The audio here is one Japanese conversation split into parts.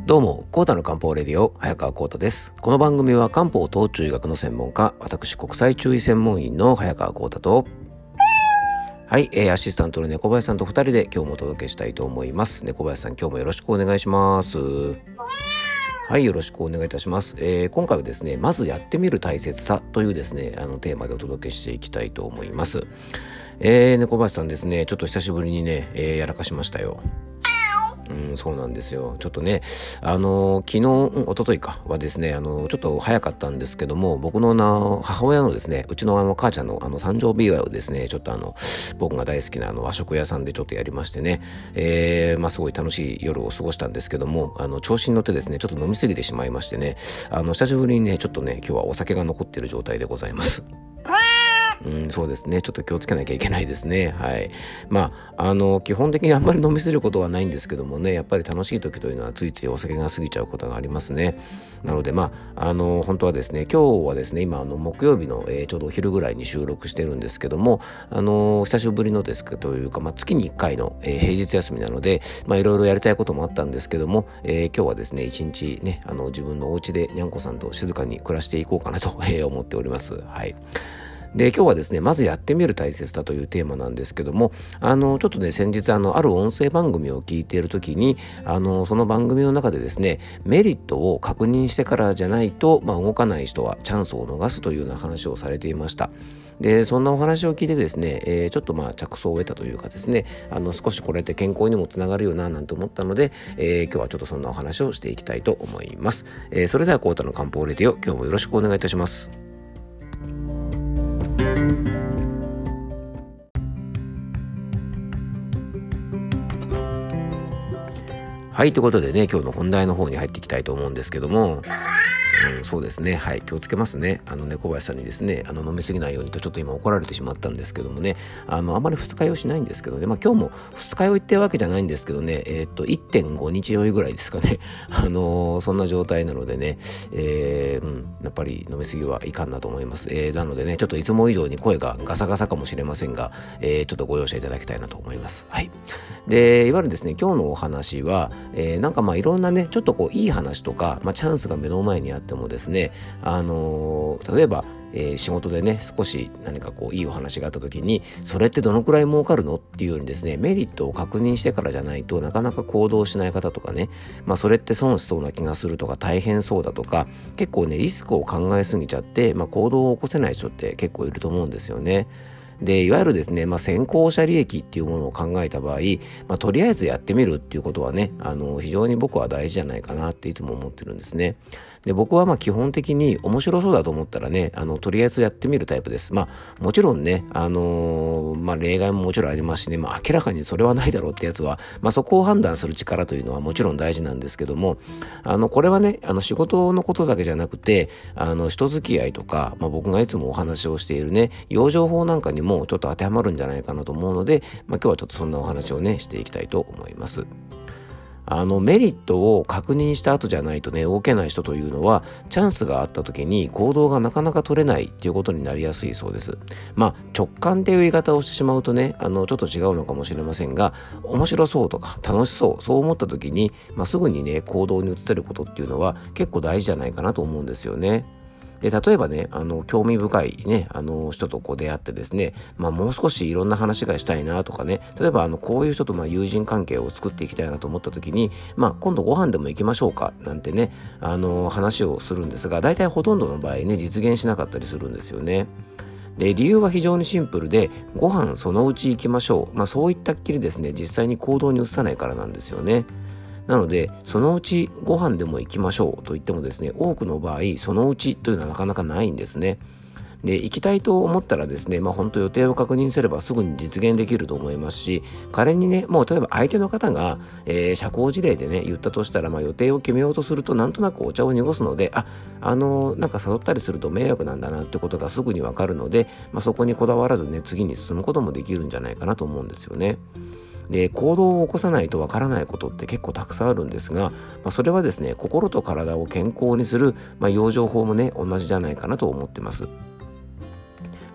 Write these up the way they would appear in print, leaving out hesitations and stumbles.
どうも、コータの漢方レディオ、早川コータです。この番組は漢方と中医学の専門家、私国際中医専門医の早川コータと、はい、アシスタントの猫林さんと2人で今日もお届けしたいと思います。猫林さん、今日もよろしくお願いします。はい、よろしくお願いいたします。今回はですね、まずやってみる大切さというですね、テーマでお届けしていきたいと思います。猫林さんですね、ちょっと久しぶりにね、やらかしましたよ。そうなんですよ。ちょっとね、昨日、一昨日かはですね、ちょっと早かったんですけども、僕の母親のですね、うちの母ちゃんの誕生日祝いをですね、ちょっと僕が大好きな和食屋さんでちょっとやりましてね、すごい楽しい夜を過ごしたんですけども、調子に乗ってですね、ちょっと飲みすぎてしまいましてね、久しぶりにね、ちょっとね、今日はお酒が残っている状態でございます。そうですね。ちょっと気をつけなきゃいけないですね。はい。基本的にあんまり飲みすぎることはないんですけどもね、やっぱり楽しい時というのはついついお酒が過ぎちゃうことがありますね。なので、本当はですね、今日はですね、今、木曜日の、ちょうどお昼ぐらいに収録してるんですけども、久しぶりのですけど、というか、月に1回の、平日休みなので、いろいろやりたいこともあったんですけども、今日はですね、一日ね、自分のお家でにゃんこさんと静かに暮らしていこうかなと、思っております。はい。で、今日はですね、まずやってみる大切さというテーマなんですけども、ちょっとね、先日ある音声番組を聞いているときに、その番組の中でですね、メリットを確認してからじゃないと、動かない人はチャンスを逃すというような話をされていました。で、そんなお話を聞いてですね、ちょっと着想を得たというかですね、少しこれって健康にもつながるよななんて思ったので、今日はちょっとそんなお話をしていきたいと思います。それではコータの漢方レディオ、今日もよろしくお願いいたします。はい、ということでね、今日の本題の方に入っていきたいと思うんですけども、そうですね。はい。気をつけますね。猫林さんにですね、飲みすぎないようにとちょっと今怒られてしまったんですけどもね、あまり二日酔いしないんですけどね、今日も二日酔いってわけじゃないんですけどね、1.5 日酔いぐらいですかね。そんな状態なのでね、やっぱり飲みすぎはいかんなと思います。なのでね、ちょっといつも以上に声がガサガサかもしれませんが、ちょっとご容赦いただきたいなと思います。はい。で、いわゆるですね、今日のお話は、いろんなね、ちょっといい話とか、チャンスが目の前にあってもですね、例えば、仕事でね少し何かいいお話があった時にそれってどのくらい儲かるのっていうようにですねメリットを確認してからじゃないとなかなか行動しない方とかねそれって損しそうな気がするとか大変そうだとか結構ねリスクを考えすぎちゃって行動を起こせない人って結構いると思うんですよね。でいわゆるですね、先行者利益っていうものを考えた場合、とりあえずやってみるっていうことはね非常に僕は大事じゃないかなっていつも思ってるんですね。で僕は基本的に面白そうだと思ったらねとりあえずやってみるタイプです。もちろんね例外ももちろんありますしね、明らかにそれはないだろうってやつは、そこを判断する力というのはもちろん大事なんですけどもこれはね仕事のことだけじゃなくて人付き合いとか、僕がいつもお話をしているね養生法なんかにもちょっと当てはまるんじゃないかなと思うので、今日はちょっとそんなお話をねしていきたいと思います。メリットを確認した後じゃないとね動けない人というのはチャンスがあった時に行動がなかなか取れないっていうことになりやすいそうです。直感っていう言い方をしてしまうとねちょっと違うのかもしれませんが面白そうとか楽しそう思った時に、すぐにね行動に移せることっていうのは結構大事じゃないかなと思うんですよね。で例えばね興味深いね人と出会ってですねもう少しいろんな話がしたいなとかね例えばこういう人と友人関係を作っていきたいなと思った時に今度ご飯でも行きましょうかなんてね話をするんですが大体ほとんどの場合ね実現しなかったりするんですよね。で理由は非常にシンプルでご飯そのうち行きましょうそういったっきりですね実際に行動に移さないからなんですよね。なのでそのうちご飯でも行きましょうと言ってもですね多くの場合そのうちというのはなかなかないんですね。で行きたいと思ったらですね本当予定を確認すればすぐに実現できると思いますし仮にねもう例えば相手の方が、社交辞令でね言ったとしたら予定を決めようとするとなんとなくお茶を濁すのでなんか誘ったりすると迷惑なんだなってことがすぐにわかるので、そこにこだわらずね次に進むこともできるんじゃないかなと思うんですよね。で行動を起こさないとわからないことって結構たくさんあるんですが、それはですね心と体を健康にする、養生法もね同じじゃないかなと思ってます。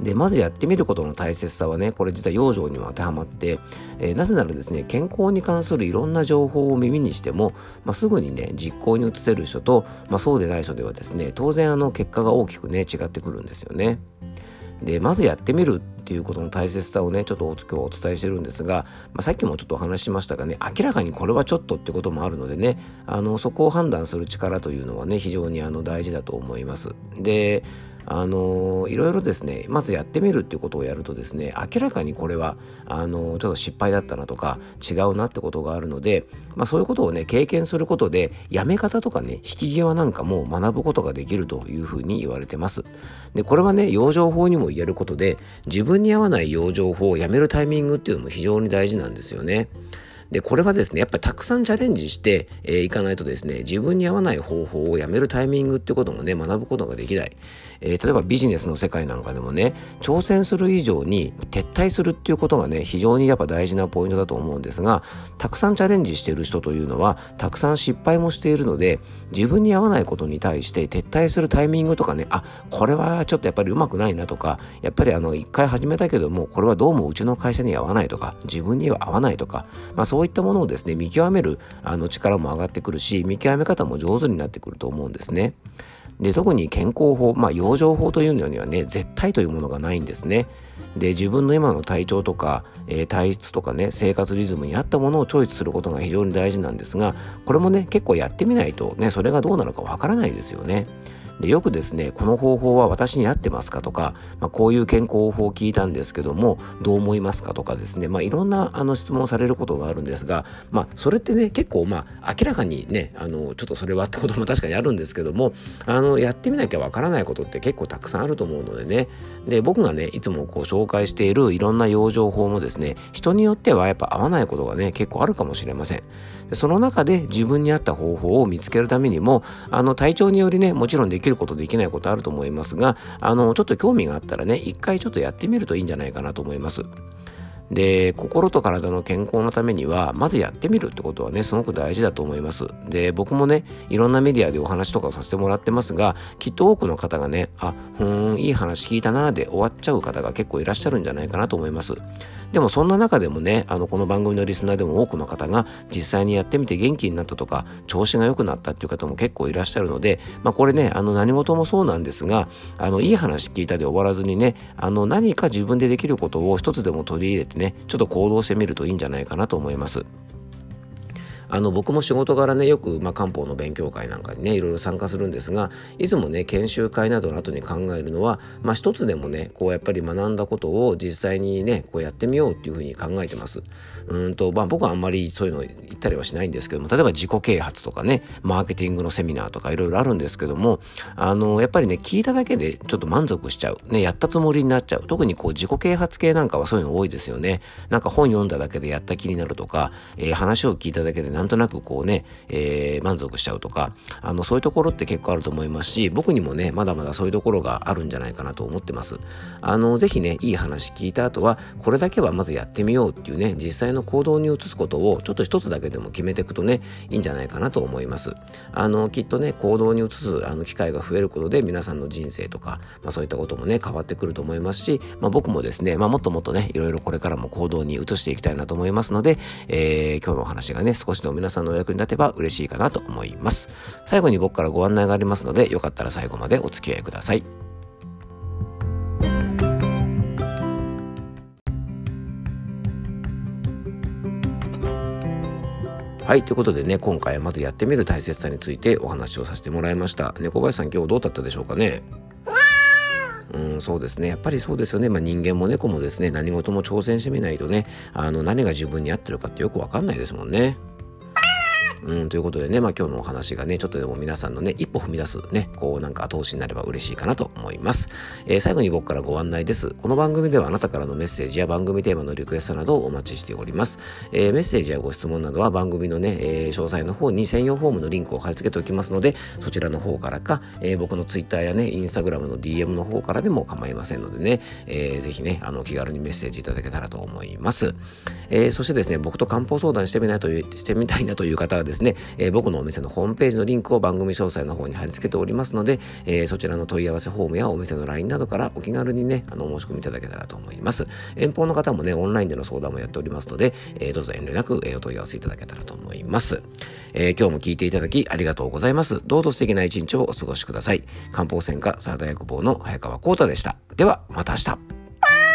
でまずやってみることの大切さはね、これ実は養生にも当てはまって、なぜならですね、健康に関するいろんな情報を耳にしても、すぐにね実行に移せる人と、そうでない人ではですね、当然結果が大きくね違ってくるんですよね。でまずやってみるっていうことの大切さをねちょっと今日はお伝えしてるんですが、さっきもちょっとお話ししましたがね、明らかにこれはちょっとってこともあるのでね、そこを判断する力というのはね非常に大事だと思います。でいろいろですね、まずやってみるっていうことをやるとですね、明らかにこれはちょっと失敗だったなとか違うなってことがあるので、そういうことをね経験することでやめ方とかね引き際なんかも学ぶことができるというふうに言われてます。でこれはね養生法にも言えることで、自分に合わない養生法をやめるタイミングっていうのも非常に大事なんですよね。でこれはですねやっぱりたくさんチャレンジしていかないとですね、自分に合わない方法をやめるタイミングっていうこともね学ぶことができない。例えばビジネスの世界なんかでもね、挑戦する以上に撤退するっていうことがね非常にやっぱ大事なポイントだと思うんですが、たくさんチャレンジしている人というのはたくさん失敗もしているので、自分に合わないことに対して撤退するタイミングとかね、これはちょっとやっぱりうまくないなとか、やっぱり一回始めたけどもこれはどうもうちの会社に合わないとか、自分には合わないとか、そういったものをですね見極める力も上がってくるし、見極め方も上手になってくると思うんですね。で特に健康法、養生法というのにはね絶対というものがないんですね。で自分の今の体調とか、体質とかね生活リズムに合ったものをチョイスすることが非常に大事なんですが、これもね結構やってみないとねそれがどうなのかわからないですよね。でよくですね、この方法は私に合ってますかとか、こういう健康法を聞いたんですけどもどう思いますかとかですね、いろんな質問をされることがあるんですが、それってね結構明らかにねちょっとそれはってことも確かにあるんですけども、やってみなきゃわからないことって結構たくさんあると思うのでね。で僕がねいつも紹介しているいろんな養生法もですね、人によってはやっぱ合わないことがね結構あるかもしれません。でその中で自分に合った方法を見つけるためにも体調によりねもちろんできることできないことあると思いますが、ちょっと興味があったらね一回ちょっとやってみるといいんじゃないかなと思います。で心と体の健康のためにはまずやってみるってことはねすごく大事だと思います。で僕もねいろんなメディアでお話とかをさせてもらってますが、きっと多くの方がねいい話聞いたなで終わっちゃう方が結構いらっしゃるんじゃないかなと思います。でもそんな中でもねこの番組のリスナーでも多くの方が実際にやってみて元気になったとか調子が良くなったっていう方も結構いらっしゃるので、これね何事もそうなんですがいい話聞いたで終わらずにね何か自分でできることを一つでも取り入れてねちょっと行動してみるといいんじゃないかなと思います。僕も仕事柄ねよく漢方の勉強会なんかにねいろいろ参加するんですが、いつもね研修会などの後に考えるのは一つでもねやっぱり学んだことを実際にねやってみようっていうふうに考えてます。僕はあんまりそういうの言ったりはしないんですけども、例えば自己啓発とかねマーケティングのセミナーとかいろいろあるんですけども、やっぱりね聞いただけでちょっと満足しちゃうね、やったつもりになっちゃう。特に自己啓発系なんかはそういうの多いですよね。なんか本読んだだけでやった気になるとか、話を聞いただけでなんとなく満足しちゃうとか、そういうところって結構あると思いますし、僕にもねまだまだそういうところがあるんじゃないかなと思ってます。ぜひねいい話聞いた後はこれだけはまずやってみようっていうね実際の行動に移すことをちょっと一つだけでも決めていくとねいいんじゃないかなと思います。きっとね行動に移す機会が増えることで皆さんの人生とか、そういったこともね変わってくると思いますし、僕もですねもっともっとねいろいろこれからも行動に移していきたいなと思いますので、今日のお話がね少しの皆さんのお役に立てば嬉しいかなと思います。最後に僕からご案内がありますのでよかったら最後までお付き合いください。はい、ということでね今回はまずやってみる大切さについてお話をさせてもらいました。猫林さん今日どうだったでしょうかね。そうですね。やっぱりそうですよね。人間も猫もですね何事も挑戦してみないとね何が自分に合ってるかってよくわかんないですもんね。ということでね、今日のお話がね、ちょっとでも皆さんのね、一歩踏み出すね、なんか後押しになれば嬉しいかなと思います。最後に僕からご案内です。この番組ではあなたからのメッセージや番組テーマのリクエストなどをお待ちしております。メッセージやご質問などは番組のね、詳細の方に専用フォームのリンクを貼り付けておきますので、そちらの方からか、僕のツイッターやね、インスタグラムの DM の方からでも構いませんのでね、ぜひね、気軽にメッセージいただけたらと思います。そしてですね、僕と漢方相談してみたいなという方はですね、僕のお店のホームページのリンクを番組詳細の方に貼り付けておりますので、そちらの問い合わせフォームやお店の LINE などからお気軽にね、お申し込みいただけたらと思います。遠方の方もね、オンラインでの相談もやっておりますので、どうぞ遠慮なく、お問い合わせいただけたらと思います。今日も聞いていただきありがとうございます。どうぞ素敵な一日をお過ごしください。漢方専科サラダ薬房の早川浩太でした。では、また明日。